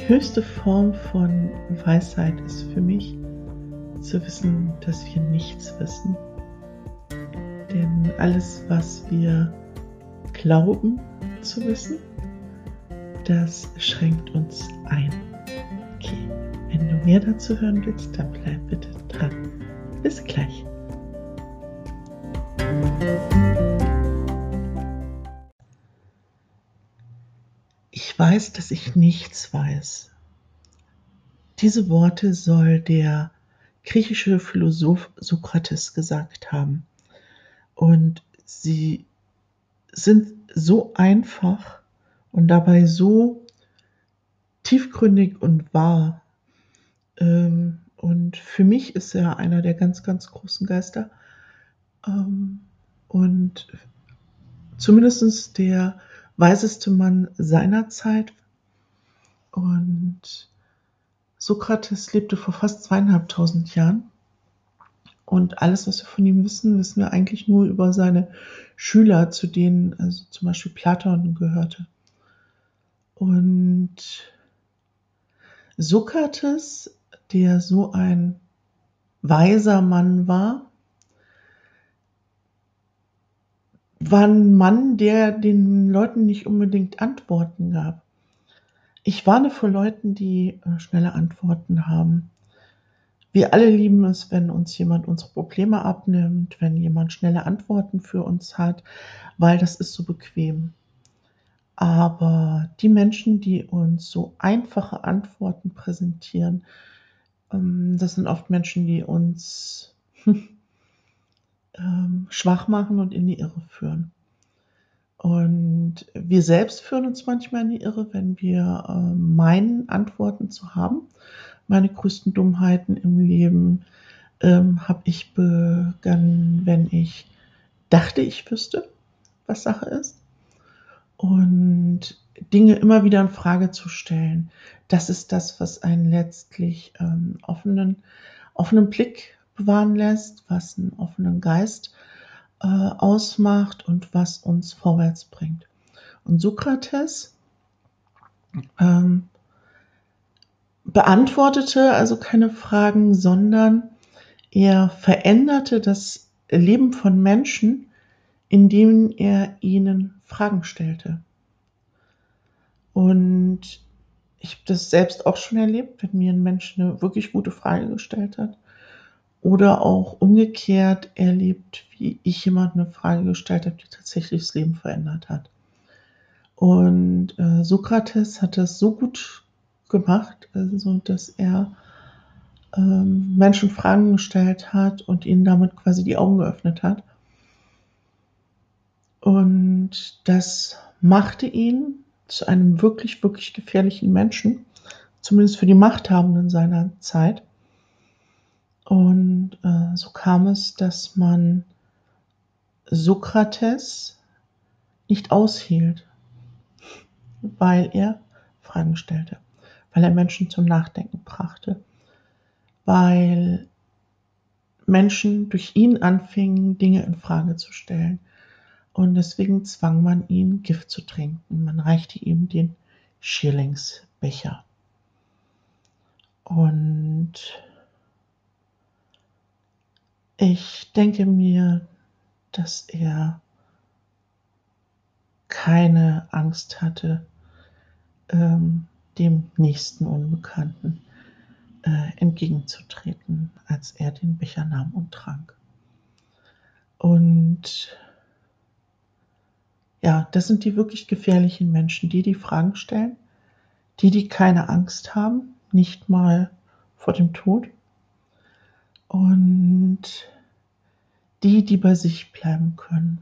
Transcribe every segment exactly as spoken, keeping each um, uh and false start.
Die höchste Form von Weisheit ist für mich, zu wissen, dass wir nichts wissen. Denn alles, was wir glauben zu wissen, das schränkt uns ein. Okay, wenn du mehr dazu hören willst, dann bleib bitte dran. Bis gleich. Ich weiß, dass ich nichts weiß. Diese Worte soll der griechische Philosoph Sokrates gesagt haben. Und sie sind so einfach und dabei so tiefgründig und wahr. Und für mich ist er einer der ganz, ganz großen Geister. Und zumindest der weiseste Mann seiner Zeit. Und Sokrates lebte vor fast zweieinhalbtausend Jahren. Und alles, was wir von ihm wissen, wissen wir eigentlich nur über seine Schüler, zu denen also zum Beispiel Platon gehörte. Und Sokrates, der so ein weiser Mann war, war ein Mann, der den Leuten nicht unbedingt Antworten gab. Ich warne vor Leuten, die äh, schnelle Antworten haben. Wir alle lieben es, wenn uns jemand unsere Probleme abnimmt, wenn jemand schnelle Antworten für uns hat, weil das ist so bequem. Aber die Menschen, die uns so einfache Antworten präsentieren, ähm, das sind oft Menschen, die uns ähm, schwach machen und in die Irre führen. Und wir selbst führen uns manchmal in die Irre, wenn wir äh, meinen, Antworten zu haben. Meine größten Dummheiten im Leben ähm, habe ich begangen, wenn ich dachte, ich wüsste, was Sache ist. Und Dinge immer wieder in Frage zu stellen. Das ist das, was einen letztlich ähm, offenen, offenen Blick bewahren lässt, was einen offenen Geist äh, ausmacht und was uns vorwärts bringt. Und Sokrates ähm, beantwortete also keine Fragen, sondern er veränderte das Leben von Menschen, indem er ihnen Fragen stellte. Und ich habe das selbst auch schon erlebt, wenn mir ein Mensch eine wirklich gute Frage gestellt hat. Oder auch umgekehrt erlebt, wie ich jemand eine Frage gestellt habe, die tatsächlich das Leben verändert hat. Und äh, Sokrates hat das so gut gemacht, also dass er ähm, Menschen Fragen gestellt hat und ihnen damit quasi die Augen geöffnet hat. Und das machte ihn zu einem wirklich, wirklich gefährlichen Menschen, zumindest für die Machthabenden seiner Zeit. Und äh, so kam es, dass man Sokrates nicht aushielt, weil er Fragen stellte, weil er Menschen zum Nachdenken brachte, weil Menschen durch ihn anfingen, Dinge in Frage zu stellen. Und deswegen zwang man ihn, Gift zu trinken. Man reichte ihm den Schierlingsbecher. Und ich denke mir, dass er keine Angst hatte, ähm, dem nächsten Unbekannten äh, entgegenzutreten, als er den Becher nahm und trank. Und ja, das sind die wirklich gefährlichen Menschen, die die Fragen stellen, die, die keine Angst haben, nicht mal vor dem Tod, und die, die bei sich bleiben können.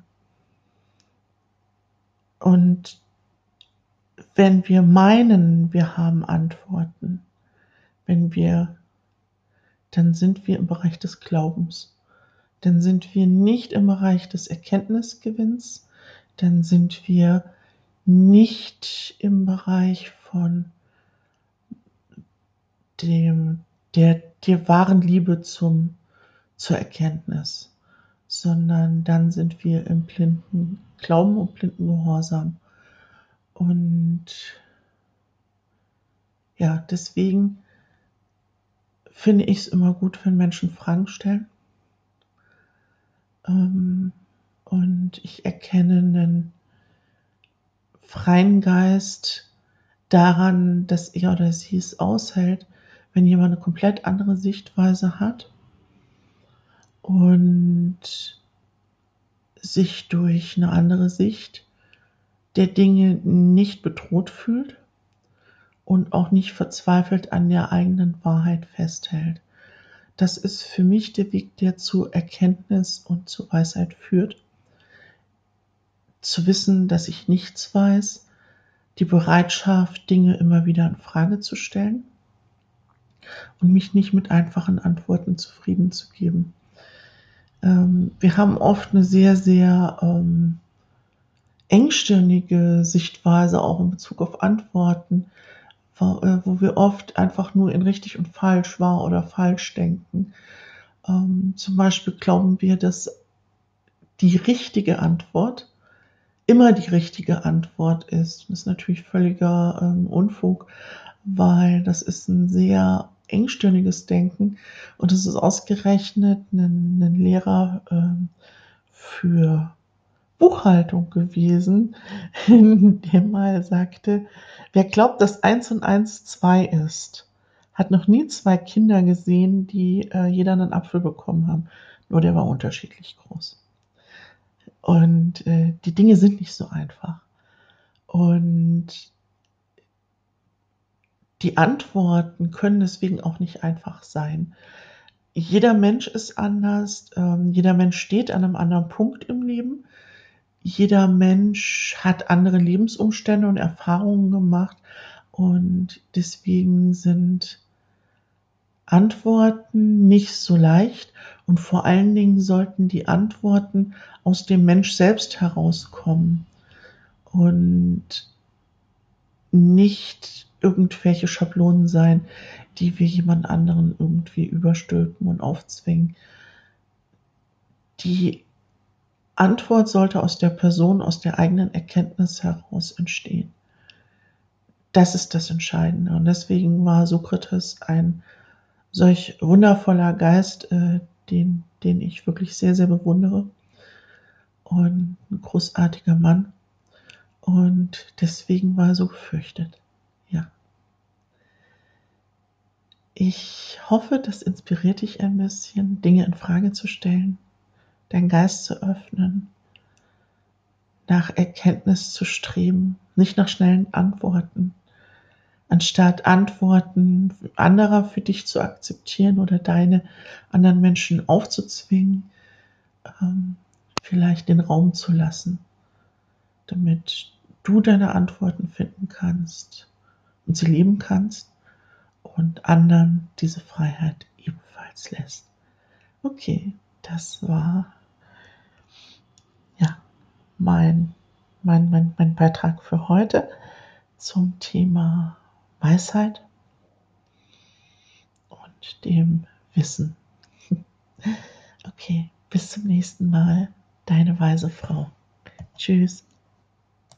Und wenn wir meinen, wir haben Antworten, wenn wir, dann sind wir im Bereich des Glaubens. Dann sind wir nicht im Bereich des Erkenntnisgewinns, dann sind wir nicht im Bereich von dem, der, der wahren Liebe zum, zur Erkenntnis, sondern dann sind wir im blinden Glauben und blinden Gehorsam. Und ja, deswegen finde ich es immer gut, wenn Menschen Fragen stellen. Ähm, und ich erkenne einen freien Geist daran, dass er oder sie es aushält, wenn jemand eine komplett andere Sichtweise hat und sich durch eine andere Sicht der Dinge nicht bedroht fühlt und auch nicht verzweifelt an der eigenen Wahrheit festhält. Das ist für mich der Weg, der zu Erkenntnis und zu Weisheit führt. Zu wissen, dass ich nichts weiß, die Bereitschaft, Dinge immer wieder in Frage zu stellen und mich nicht mit einfachen Antworten zufrieden zu geben. Ähm, wir haben oft eine sehr, sehr ähm, engstirnige Sichtweise auch in Bezug auf Antworten, wo, äh, wo wir oft einfach nur in richtig und falsch, wahr oder falsch denken. Ähm, zum Beispiel glauben wir, dass die richtige Antwort immer die richtige Antwort ist. Das ist natürlich völliger ähm, Unfug, weil das ist ein sehr engstirniges Denken und es ist ausgerechnet ein, ein Lehrer ähm, für Buchhaltung gewesen, der mal sagte, wer glaubt, dass eins und eins zwei ist, hat noch nie zwei Kinder gesehen, die äh, jeder einen Apfel bekommen haben. Nur der war unterschiedlich groß. Und äh, die Dinge sind nicht so einfach. Und die Antworten können deswegen auch nicht einfach sein. Jeder Mensch ist anders, ähm, jeder Mensch steht an einem anderen Punkt im Leben. Jeder Mensch hat andere Lebensumstände und Erfahrungen gemacht und deswegen sind Antworten nicht so leicht und vor allen Dingen sollten die Antworten aus dem Mensch selbst herauskommen und nicht irgendwelche Schablonen sein, die wir jemand anderen irgendwie überstülpen und aufzwingen. Die Antwort sollte aus der Person, aus der eigenen Erkenntnis heraus entstehen. Das ist das Entscheidende. Und deswegen war Sokrates ein solch wundervoller Geist, äh, den, den ich wirklich sehr, sehr bewundere. Und ein großartiger Mann. Und deswegen war er so gefürchtet. Ja. Ich hoffe, das inspiriert dich ein bisschen, Dinge in Frage zu stellen, deinen Geist zu öffnen, nach Erkenntnis zu streben, nicht nach schnellen Antworten. Anstatt Antworten anderer für dich zu akzeptieren oder deine anderen Menschen aufzuzwingen, ähm, vielleicht den Raum zu lassen, damit du deine Antworten finden kannst und sie leben kannst und anderen diese Freiheit ebenfalls lässt. Okay, das war ja mein, mein, mein, mein Beitrag für heute zum Thema Weisheit und dem Wissen. Okay, bis zum nächsten Mal. Deine weise Frau. Tschüss.